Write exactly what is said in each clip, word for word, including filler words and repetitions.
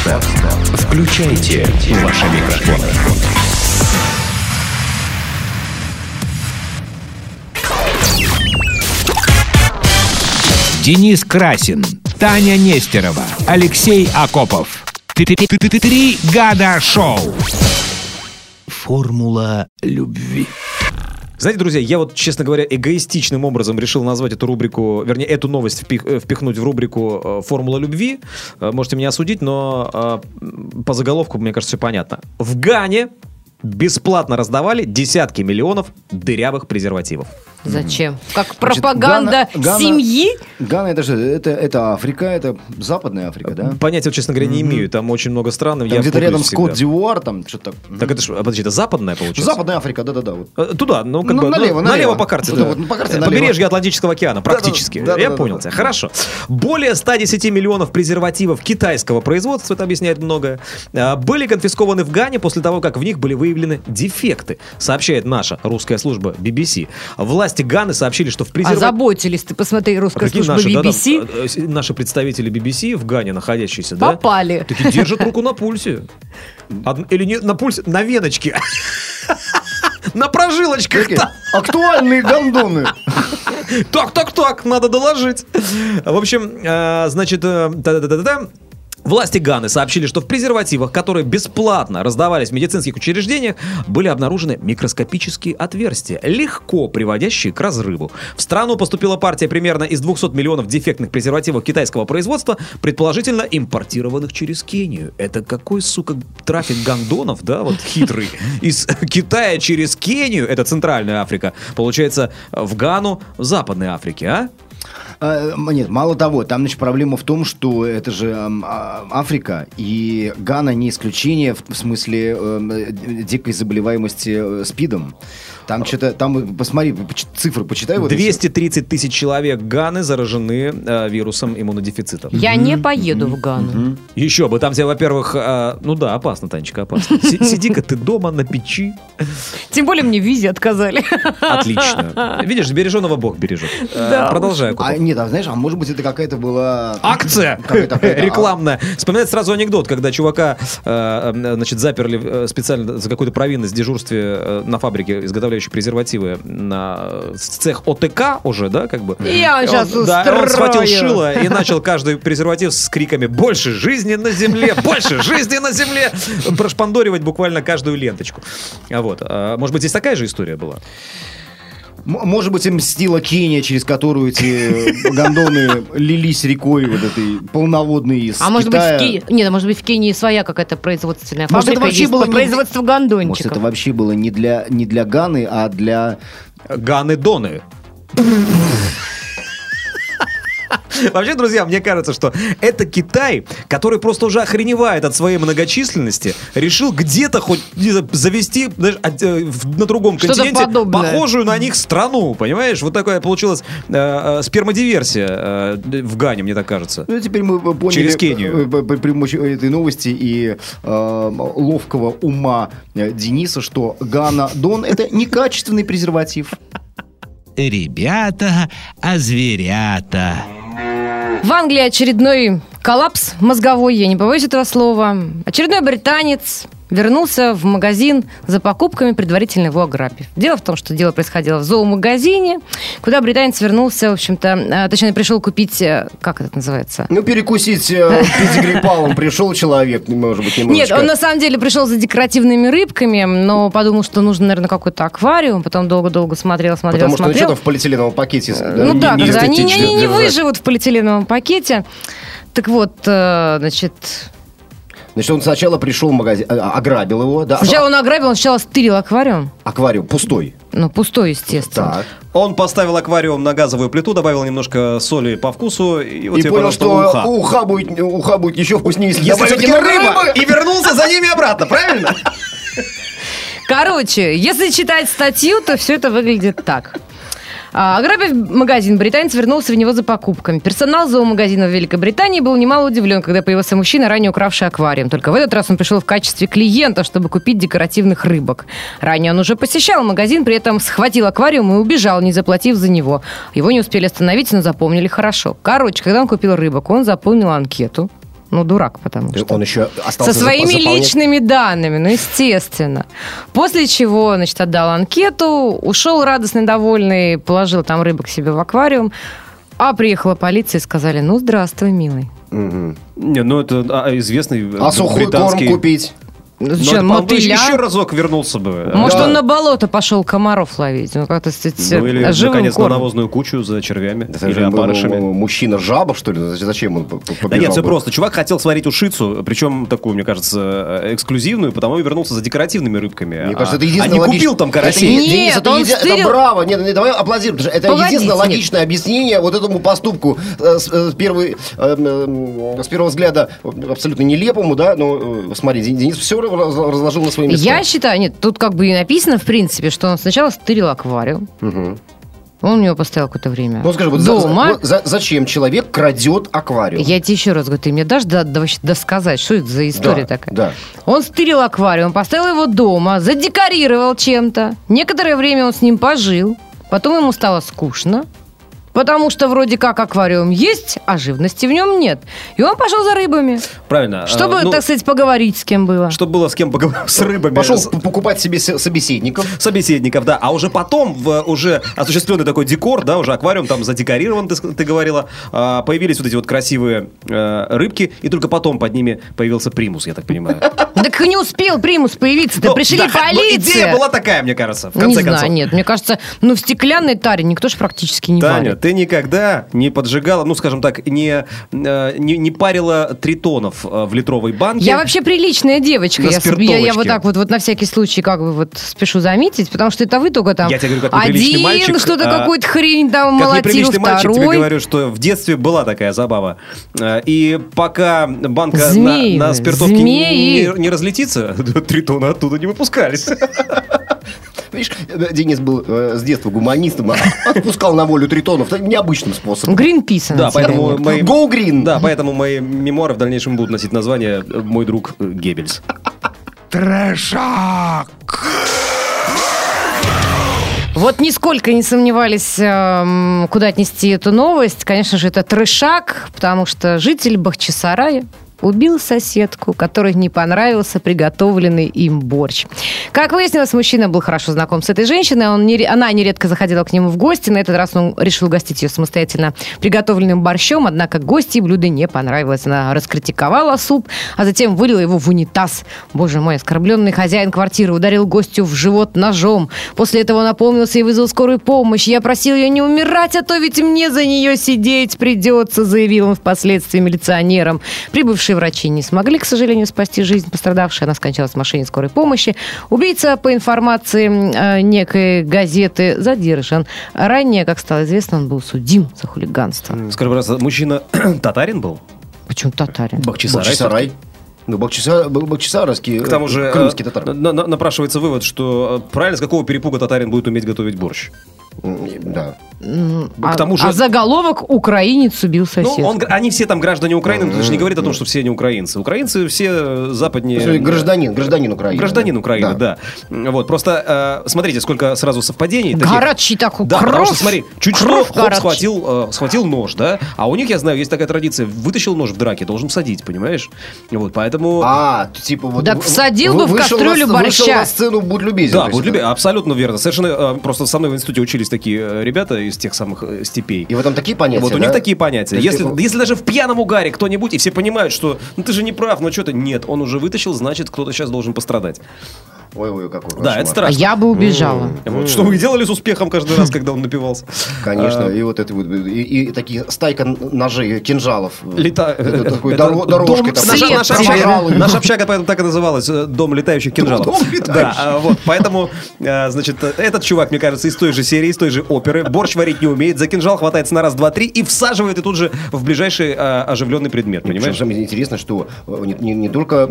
Подстер. Включайте ваши микрофоны. Денис Красин, Таня Нестерова, Алексей Акопов. Три года шоу. Формула любви. Знаете, друзья, я вот, честно говоря, эгоистичным образом решил назвать эту рубрику, вернее, эту новость впих, впихнуть в рубрику «Формула любви». Можете меня осудить, но по заголовку, мне кажется, все понятно. В Гане бесплатно раздавали десятки миллионов дырявых презервативов. Зачем? Как пропаганда Значит, Гана, семьи? Гана, это же это, это Африка, это Западная Африка, да? Понятия, вот, честно говоря, не mm-hmm. имею. Там очень много стран. Там я где-то рядом с всегда. Кот-д'Ивуар, там что-то так. Так это же, подожди, это западная, получается? Западная Африка, да-да-да. Вот. Туда, ну, как ну, бы, налево, ну, налево. налево по карте. Да. Вот, ну, по карте Побережье налево. Атлантического океана, практически. Да, да, да, я да, понял да, тебя. да. Хорошо. Более ста десяти миллионов презервативов китайского производства, это объясняет многое, были конфискованы в Гане после того, как в них были выявлены дефекты, сообщает наша русская служба би би си. Власти Ганы сообщили, что в презервативах... Озаботились, ты посмотри, русская а служба наши, би би си. Да, да, наши представители би би си в Гане находящиеся, попали. Да, такие держат руку на пульсе. Од... Или не на пульсе, на веночке. На прожилочках. Актуальные гондоны. Так, так, так, надо доложить. В общем, значит, да-да-да-да. Власти Ганы сообщили, что в презервативах, которые бесплатно раздавались в медицинских учреждениях, были обнаружены микроскопические отверстия, легко приводящие к разрыву. В страну поступила партия примерно из двухсот миллионов дефектных презервативов китайского производства, предположительно импортированных через Кению. Это какой, сука, трафик гондонов, да, вот хитрый, из Китая через Кению, это Центральная Африка, получается, в Гану, в Западной Африке, а? Нет, мало того, там, значит, проблема в том, что это же э, Африка, и Гана не исключение в, в смысле э, дикой заболеваемости э, СПИДом. Там что-то, там, посмотри, поч- цифры почитай. Вот двести тридцать тысяч человек Ганы заражены э, вирусом иммунодефицита. Я mm-hmm. не поеду mm-hmm. в Гану. Mm-hmm. Еще бы, там тебе, во-первых, э, ну да, опасно, Танечка, опасно. Сиди-ка ты дома на печи. Тем более мне в визе отказали. Отлично. Видишь, береженого Бог бережет. Продолжаю. А, нет, а знаешь, а может быть это какая-то была... Акция рекламная. Вспоминает сразу анекдот, когда чувака, значит, заперли специально за какую-то провинность в дежурстве на фабрике, изготовляющей презервативы, на цех о тэ ка уже, да, как бы. Я он сейчас устрою. Да, он схватил шило и начал каждый презерватив с криками «Больше жизни на земле! Больше жизни на земле!» прошпандоривать буквально каждую ленточку. Вот. Может быть, здесь такая же история была? Может быть, им мстила Кения, через которую эти гондоны лились рекой вот этой полноводной из а может Китая. быть, в Ки... Нет, может быть, в Кении своя какая-то производственная может, фабрика есть было по не... производству гондончиков. Может, это вообще было не для, не для Ганы, а для... Ганы-доны. Вообще, друзья, мне кажется, что это Китай, который просто уже охреневает от своей многочисленности, решил где-то хоть завести, знаешь, на другом что-то континенте подобное. Похожую на них страну, понимаешь? Вот такая получилась э, э, спермодиверсия э, в Гане, мне так кажется. Ну, теперь мы поняли через Кению. При помощи этой новости и э, ловкого ума Дениса, что Гана-дон — это некачественный презерватив. Ребята, а зверята. В Англии очередной коллапс мозговой, я не побоюсь этого слова. Очередной британец вернулся в магазин за покупками, предварительно его ограбив. Дело в том, что дело происходило в зоомагазине, куда британец вернулся, в общем-то, точнее, пришел купить, как это называется? Ну, перекусить э, педигри-палом пришел человек, может быть, немножечко. Нет, он на самом деле пришел за декоративными рыбками, но подумал, что нужно, наверное, какой-то аквариум, потом долго-долго смотрел, смотрел, Потому смотрел. что ну, что-то в полиэтиленовом пакете. Ну да, когда они, они, они не выживут в полиэтиленовом пакете. Так вот, э, значит... Значит, он сначала пришел в магазин, ограбил его. Да. Сначала он ограбил, он сначала стырил аквариум. Аквариум пустой? Ну, пустой, естественно. Так. Он поставил аквариум на газовую плиту, добавил немножко соли по вкусу. И, вот и понял, что уха. Уха, будет, уха будет еще вкуснее, если, если добавить рыба. рыба. И вернулся за ними обратно, правильно? Короче, если читать статью, то все это выглядит так. Ограбив магазин, британец вернулся в него за покупками. Персонал зоомагазина в Великобритании был немало удивлен, когда появился мужчина, ранее укравший аквариум. Только в этот раз он пришел в качестве клиента, чтобы купить декоративных рыбок. Ранее он уже посещал магазин, при этом схватил аквариум и убежал, не заплатив за него. Его не успели остановить, но запомнили хорошо. Короче, когда он купил рыбок, он заполнил анкету. Ну, дурак, потому что. Он еще остался Со своими заполнять... личными данными, ну, естественно. После чего, значит, отдал анкету, ушел радостный, довольный, положил там рыбок себе в аквариум, а приехала полиция и сказали, ну, здравствуй, милый. Угу. Не, ну это а, известный А сухой британский... корм купить? Ну, Ну, что, это, мотыля? еще разок вернулся бы. Может, Да. он на болото пошел комаров ловить? Ну, как-то, кстати, Ну, или, живым наконец, на кормом. навозную кучу за червями Это или же опарышами. м- м- мужчина жаба, что ли? Зачем он п- п- побежал? Да нет, все бы? просто. Чувак хотел сварить ушицу, причем такую, мне кажется, эксклюзивную, потому и вернулся за декоративными рыбками. Мне а, кажется, это а единственное не логичное. купил там карасей. Нет, Денис, это, он еди- это стырил- браво. Нет, нет, давай аплодируем. потому что Это Погодите, единственное нет. логичное объяснение вот этому поступку э, с, э, с первой, э, э, с первого взгляда абсолютно нелепому, да? Но э, смотри, Денис все разложил на свои места. Я считаю, нет, тут как бы и написано, в принципе, что он сначала стырил аквариум. Мгм. Он у него постоял какое-то время Ну скажи, вот за- дома. за- вот за- зачем человек крадет аквариум? Я тебе еще раз говорю, ты мне дашь да, да, вообще досказать, что это за история Да, такая? да. Он стырил аквариум, поставил его дома, задекорировал чем-то. Некоторое время он с ним пожил. Потом ему стало скучно. Потому что вроде как аквариум есть, а живности в нем нет. И он пошел за рыбами. Правильно. Чтобы, А, ну, так сказать, поговорить с кем было. чтобы было с кем поговорить, с рыбами. Пошел с- п- покупать себе с- собеседников. собеседников, да. А уже потом, в уже осуществленный такой декор, да, уже аквариум там задекорирован, ты, ск- ты говорила, а, появились вот эти вот красивые э, рыбки, и только потом под ними появился примус, я так понимаю. Так не успел примус появиться-то. Ну, Пришли да, ну, полиция. идея была такая, мне кажется, в Не конце знаю, концов. нет. Мне кажется, ну в стеклянной таре никто же практически не Таня, варит. ты никогда не поджигала, ну, скажем так, не, э, не, не парила тритонов э, в литровой банке. Я вообще приличная девочка. На Я, с- я, я вот спиртовочке. так вот, вот на всякий случай как бы вот спешу заметить, потому что это вы только там Я тебе говорю, как неприличный один мальчик, что-то а, какую-то хрень там Как молотил, неприличный мальчик тебе второй. говорю, что в детстве была такая забава. Э, И пока банка на, Змеи на вы, спиртовке змеи. не, не разлетится, тритоны оттуда не выпускались. Видишь, э, Денис был э, с детства гуманистом, а отпускал на волю тритонов так, необычным способом. Гринпис. Да, поэтому мои, Go Green! да, поэтому мои мемуары в дальнейшем будут носить название э, «Мой друг э, Геббельс». Трэшак. Вот нисколько не сомневались, эм, куда отнести эту новость. Конечно же, это трешак, потому что житель Бахчисарая убил соседку, которой не понравился приготовленный им борщ. Как выяснилось, мужчина был хорошо знаком с этой женщиной. Он не, она нередко заходила к нему в гости. На этот раз он решил угостить ее самостоятельно приготовленным борщом. Однако гости блюдо не понравилось. Она раскритиковала суп, а затем вылила его в унитаз. Боже мой, оскорбленный хозяин квартиры ударил гостю в живот ножом. После этого он опомнился и вызвал скорую помощь. Я просил ее не умирать, а то ведь мне за нее сидеть придется, заявил он впоследствии милиционерам. Прибывшие врачи не смогли, к сожалению, спасти жизнь пострадавшей. Она скончалась в машине скорой помощи. Убийца, по информации э, некой газеты, задержан. Ранее, как стало известно, он был судим за хулиганство. Скажи, пожалуйста, мужчина татарин был? Почему татарин? Бахчисарай. Бахчисарай. Ну, Бахчисарай, Бахчисарайский, К тому же э, крымский э, татар. на- на- напрашивается вывод, что э, правильно, с какого перепуга татарин будет уметь готовить борщ? М, Да. М, К а, тому же- а заголовок «Украинец убил Ну, соседку». он, они все там граждане Украины, но это же не говорит о том, что все они украинцы. Украинцы все западнее... Смотри, Гражданин, гражданин Украины. Гражданин Украины, да. Вот, просто э, смотрите, сколько сразу совпадений. таких. Горячий такой, Да, кровь. потому что, смотри, чуть Кровь что, хоп, горячая. схватил, э, схватил нож, да, а у них, я знаю, есть такая традиция, вытащил нож в драке, должен всадить, понимаешь? Вот, поэтому... А, типа вот... Так в- всадил в- бы в вышел кастрюлю на, Вышел борща. на сцену, будь любезен. Да, то есть будь это- любезен, абсолютно верно. Совершенно, э, просто со мной в институте учились такие э, ребята из тех самых э, степей. И в этом такие понятия, Вот у да? них такие понятия. То есть Если, ты- если даже в пьяном угаре кто-нибудь, и все понимают, что ну ты же не прав, ну что-то нет, он уже вытащил, значит, кто-то сейчас должен пострадать. Ой-ой, какой Да, кошмар. это А страшно. я бы убежала. Вот, что вы делали с успехом каждый раз, когда он напивался? Конечно, А, и вот это вот, и, и такие стайка ножей, кинжалов. Лета... Это такой это доро- дорожкой дом- там наша, свет наша, пробежал. общага, наша общага поэтому так и называлась, э, дом летающих кинжалов. Дом летающих. Да, а, вот, поэтому, э, значит, этот чувак, мне кажется, из той же серии, из той же оперы, борщ варить не умеет, за кинжал хватается на раз, два, три и всаживает и тут же в ближайший э, оживленный предмет, Причем понимаешь? самое интересное, что э, не, не- не только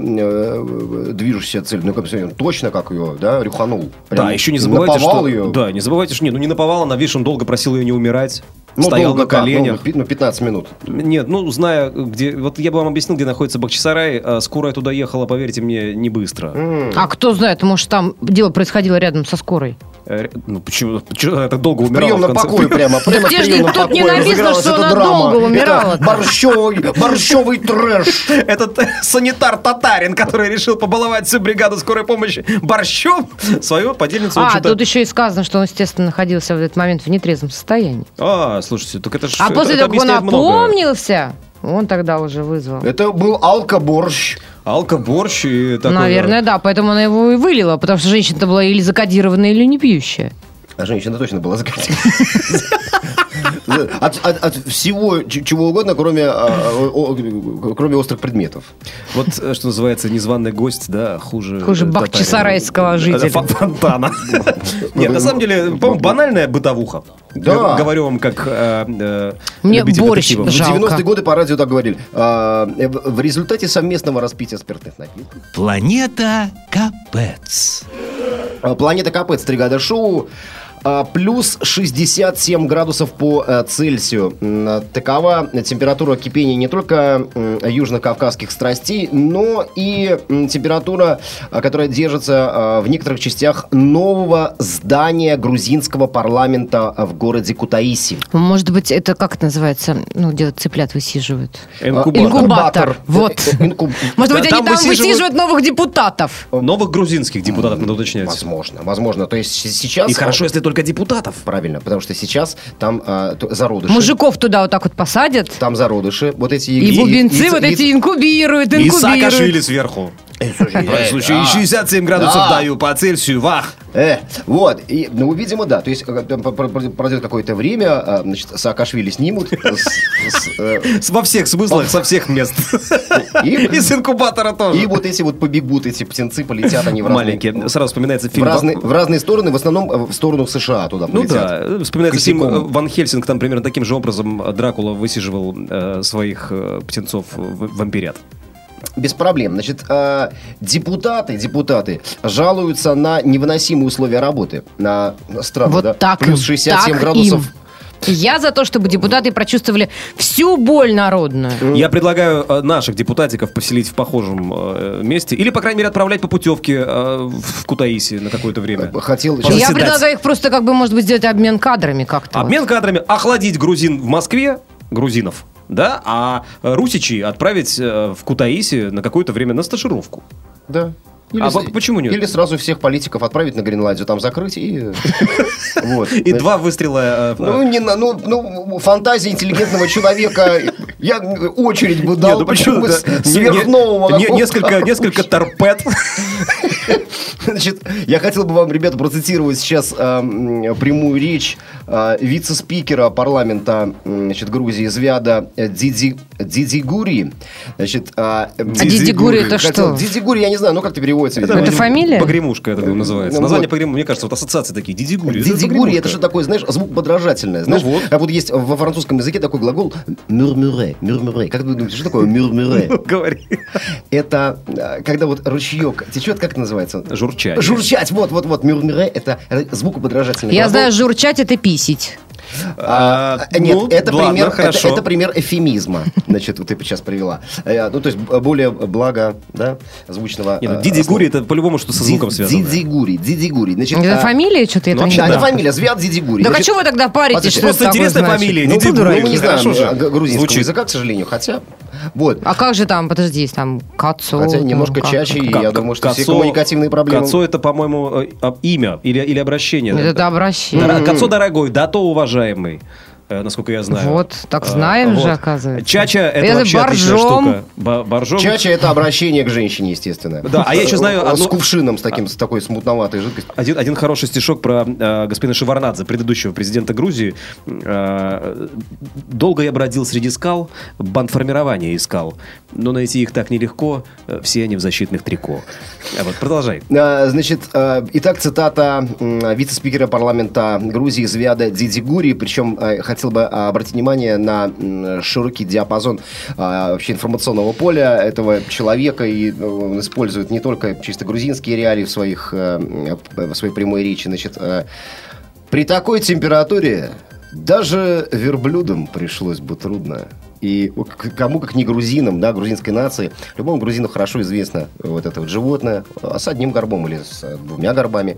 э, движущаяся цель, но и как бы, точно как ее, да, рюханул. Прям Да, еще не забывайте, наповал что... ее. Да, не забывайте, что... Не, ну не наповал, она, видишь, он долго просил ее не умирать. Ну, стоял долго на как? коленях. Ну, пи- ну, пятнадцать минут. Нет, ну, зная, где... Вот я бы вам объяснил, где находится Бахчисарай. а Скорая туда ехала, поверьте мне, не быстро. А кто знает, может, там дело происходило рядом со скорой. э, ну, почему, почему это долго В умирала? приемном покое прямо. Прямо в тебе же приемном тут не покое написано, разыгралась что эта она драма. долго умирала-то. Это борщевый, борщевый трэш. Этот санитар-татарин, который решил побаловать всю бригаду скорой помощи борщом, свою подельницу... А, что-то- тут еще и сказано, что он, естественно, находился в этот момент в нетрезвом состоянии. А, слушайте, так это ж... А это- после это того, как он объясняет многое. опомнился, он тогда уже вызвал. Это был алкоборщ. Алкоборщ и такой... Наверное, да, поэтому она его и вылила, потому что женщина-то была или закодированная, или не пьющая. А женщина точно была закатила. От, от- от всего ч- чего угодно, кроме, а, о- о- кроме острых предметов. Вот, э, что называется, незваный гость, да, хуже... Хуже э, бахчисарайского татарина. жителя. Фон- Фонтана. Нет, на самом деле, по-моему, банальная бытовуха. Да. Г- Говорю вам, как э, э, Мне любитель борщ детективов. В жалко. девяностые годы по радио так говорили. А, э, в в результате совместного распития спиртных напитков Планета Капец. а, Планета Капец, три года шоу. А, Плюс шестьдесят семь градусов по э, Цельсию. М, Такова температура кипения не только м, южно-кавказских страстей, но и м, температура, а, которая держится а, в некоторых частях нового здания грузинского парламента а, в городе Кутаиси. Может быть, это как это называется? Ну, где вот цыплят высиживают. Инкубатор. Инкубатор. Вот. Э, инкуб- Может быть, Там они там высиживают- высиживают новых депутатов. Новых грузинских депутатов надо уточнять. Возможно, возможно. То есть с- сейчас... И хорошо, если только депутатов. Правильно, потому что сейчас там а, т- зародыши. Мужиков туда вот так вот посадят. Там зародыши. Вот эти... И бубенцы вот эти инкубируют, И инкубируют. Саакашвили сверху. В случае шестьдесят семь градусов Да. даю по Цельсию, вах. Э, вот, и, ну, видимо, да, то есть э, там про- про- пройдет какое-то время, а, значит, Саакашвили снимут с- с, э, С- Во всех смыслах, со всех мест. и, И с инкубатора тоже. и вот эти вот побегут, эти птенцы полетят, они в разные, Маленькие. Сразу вспоминается в фильм... разные, в разные стороны, в основном э, в сторону США туда Ну полетят. да, вспоминается фильм Косяком. э, Ван Хельсинг, там примерно таким же образом Дракула высиживал э, своих э, птенцов в- вампирят. Без проблем. Значит, э, депутаты, депутаты жалуются на невыносимые условия работы. На странно, Вот да? так Плюс им, шестьдесят семь так градусов. им. Я за то, чтобы депутаты прочувствовали всю боль народную. Я предлагаю э, наших депутатиков поселить в похожем э, месте. Или, по крайней мере, отправлять по путевке э, в Кутаиси на какое-то время. Хотел... Я Заседать. предлагаю их просто, как бы, может быть, сделать обмен кадрами как-то. вот. Обмен кадрами, охладить грузин в Москве, грузинов, да, а э, русичей отправить э, в Кутаиси на какое-то время на стажировку. Да. А с- по- почему нет? Или сразу всех политиков отправить на Гренландию, там закрыть и... Вот. И два выстрела... э, Ну, не на, ну, ну, фантазия интеллигентного человека. Я очередь бы дал. Нет, ну почему? бы Да. с- Сверхнового. Не- не- какого-то. Несколько, несколько торпед. Значит, я хотел бы вам, ребята, процитировать сейчас а, м, прямую речь а, вице-спикера парламента м, значит, Грузии Звяда Диди, Диди Гури. Значит, а, А Диди Гури это хотел- что? Диди Гури, я не знаю, ну как это переводится? видимо. Это фамилия? Погремушка это называется. Ну, Название вот. погремушка. Мне кажется, вот ассоциации такие. Диди Гури. Диди Гури, это что такое, знаешь, звук подражательное. Знаешь, Ну вот. как вот есть во французском языке такой глагол мюрмюре, мюрмюре. Как вы думаете, что такое мюрмюре? Говори. Это а, когда вот ручеек течет, как это называется? Журчание. Журчать, вот, вот, вот, мюрмюре, это, это звукоподражательный Я глагол. знаю, журчать это писить. А, А, Нет, ну, это, ладно, пример, это, хорошо. это пример эфемизма, значит, вот ты сейчас привела. Э, Ну, то есть б- более благо, да, звучного. Нет, ну, э, Диди слова. Гури это по-любому что со звуком Ди- связано. Диди Гури, Диди Гури. Значит, Это а, фамилия? Что-то я ну, там не вообще, Да, да. это фамилия, Звяд Диди Гури. Да Значит, а чего вы тогда паритесь, подождите, что Просто это такое интересная значит? фамилия. ну, Диди ну, Гури. мы не знаем Хорошо же. э, г- грузинского Звучит. языка, к сожалению, хотя, вот. А как же там, подожди, есть там Кацо? Хотя там немножко как- чаще, и Как- я думаю, что все Кацо- коммуникативные проблемы... Кацо это, по-моему, э, а, имя или, или обращение. Это обращение. Дора- Кацо дорогой, дато уважаемый. э, Насколько я знаю. Вот, так А, знаем же, вот. оказывается. Чача это, Это вообще отличная боржом. штука. Ба- Боржом. Чача — это обращение к женщине, естественно. Да, а я еще знаю С одну- кувшином, с таким, с такой смутноватой жидкостью. Один, один хороший стишок про э, господина Шеварднадзе, предыдущего президента Грузии. Э, «Долго я бродил среди скал, бандформирования искал, но найти их так нелегко, э, все они в защитных трико». А вот, продолжай. А, Значит, а, итак, цитата м, вице-спикера парламента Грузии Звяда Диди Гури. Причем а, хотел бы а, обратить внимание на м, широкий диапазон а, вообще информационного поля этого человека. И ну, он использует не только чисто грузинские реалии в, своих, а, в своей прямой речи. Значит, а, при такой температуре даже верблюдам пришлось бы трудно. И к- кому, как не грузинам, да, грузинской нации, любому грузину хорошо известно вот это вот животное а с одним горбом или с двумя горбами.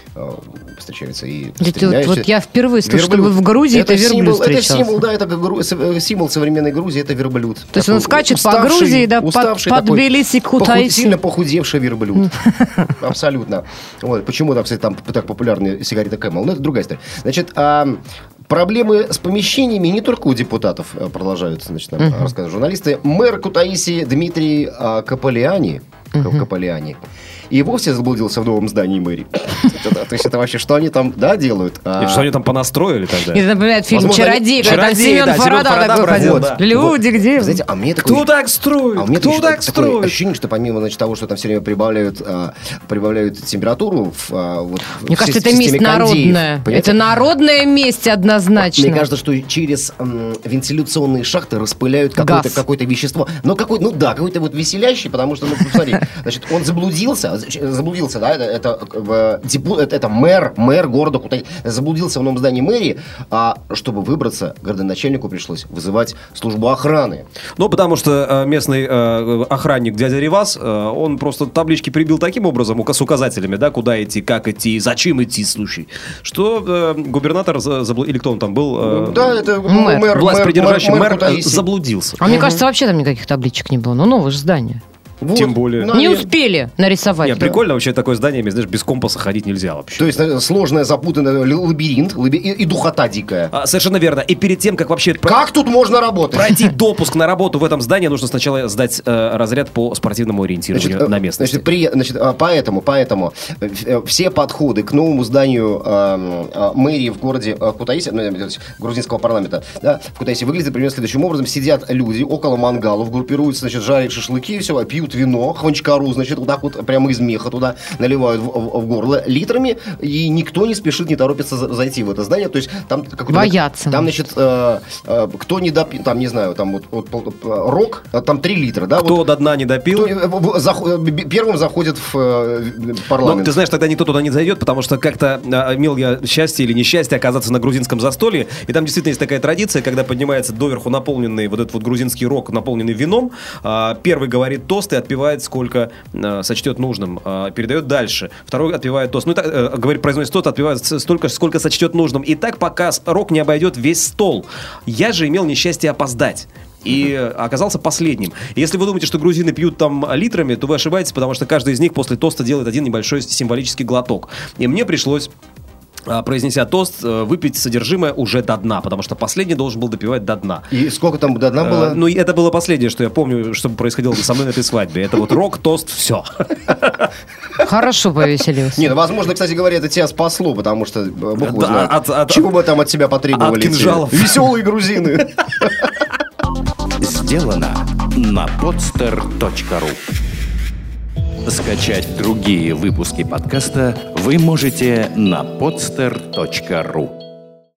э, встречаются и Вот, стреляются. вот я впервые слышу, Верблюд. чтобы в Грузии это, верблюд символ, это встречался. символ, да, это гру- с- символ современной Грузии, это верблюд. То есть он Такой скачет по уставший, Грузии, да, под- уставший под такой, Тбилиси, поху- Кутайси. сильно похудевший верблюд. Абсолютно. Вот. Почему там, кстати, там так популярны сигареты Camel? Ну, это другая история. Значит, а, проблемы с помещениями не только у депутатов а, продолжаются, значит, нам uh-huh. рассказывают журналисты. Мэр Кутаиси Дмитрий а, Капалиани, uh-huh. Капалиани и вовсе заблудился в новом здании мэрии. То есть это вообще, что они там, да, делают? И что они там понастроили тогда? Это напоминает фильм Возможно, «Чародей», когда там «Чародей», Семен да, Семен Фарада Фарада такой бродил, ходил. да. Люди, где Вы вы? знаете, а мне такое... Кто так строит? А у меня Кто такое, так такое строит? ощущение, что помимо, значит, того, что там все время прибавляют, а, прибавляют температуру в, а, вот, Мне в кажется, си- это в месть системе кондеев, народная. понимаете? Это народная месть однозначно. Мне кажется, что через м, вентиляционные шахты распыляют какое-то, Газ. какое-то вещество. Но какой, ну да, какой-то вот веселящий, потому что, ну, посмотри, значит, он заблудился, заблудился, да, это, это, э, депу- это, это мэр, мэр города Кутай, заблудился в новом здании мэрии, а чтобы выбраться, городоначальнику пришлось вызывать службу охраны. Ну, потому что э, местный э, охранник дядя Ревас, э, он просто таблички прибил таким образом, ука- с указателями, да, куда идти, как идти, зачем идти, слушай, что э, губернатор, за- заблу- или кто он там был, э, Да, это Мэр. мэр, власть мэр, придержащий мэр, мэр, мэр э, Кутаиси. заблудился. А мне кажется, вообще там никаких табличек не было. Ну, новое же здание. Вот. Тем более. Ну, Не они- успели нарисовать. Не, Да. прикольно вообще такое здание, знаешь, без компаса ходить нельзя вообще. То есть э, сложная, запутанная л- лабиринт лаби- и, и духота дикая. А, совершенно верно. И перед тем, как вообще про- Как тут можно работать? пройти допуск на работу в этом здании, нужно сначала сдать э, разряд по спортивному ориентированию Значит, на э, местности. Значит, при- значит, а, поэтому, поэтому э, э, все подходы к новому зданию э, э, мэрии в городе э, Кутаиси, ну, то есть грузинского парламента, да, в Кутаиси выглядит примерно следующим образом. Сидят люди около мангалов, группируются, значит, жарят шашлыки, все, пьют вино, хванчкару, значит, вот так вот прямо из меха туда наливают в, в- в горло литрами, и никто не спешит, не торопится за- зайти в это здание. То есть там какой-то... Боятся. Там, значит, э, э, кто не допил, там, не знаю, там вот, вот, пол- э, рок, э, там три литра, да? Кто вот, до дна не допил? кто, э, в- заход- б- первым заходит в э, в парламент. Ну, ты знаешь, тогда никто туда не зайдет, потому что как-то а, имел я счастье или несчастье оказаться на грузинском застолье, и там действительно есть такая традиция, когда поднимается доверху наполненный вот этот вот грузинский рог, наполненный вином, а, первый говорит тост и отпивает сколько а, сочтет нужным, а, передает дальше, второй отпивает тост, ну и так, э, говорит, произносит тост, отпивает с- столько, сколько сочтет нужным, и так пока с- рог не обойдет весь стол. Я же имел несчастье опоздать. И оказался последним. Если вы думаете, что грузины пьют там литрами, то вы ошибаетесь, потому что каждый из них после тоста делает один небольшой символический глоток. И мне пришлось, а, произнеся тост, э, выпить содержимое уже до дна, потому что последний должен был допивать до дна. И сколько там до дна Э, было? Ну, и это было последнее, что я помню, что происходило со мной на этой свадьбе. Это вот рок, тост, все. Хорошо повеселился. Не, ну, возможно, кстати говоря, это тебя спасло, потому что, э, бог его Да, знает, от- от- чего бы там от тебя потребовали от эти кинжалов. веселые грузины. Сделано на podster точка ру. Скачать другие выпуски подкаста вы можете на podster точка ру.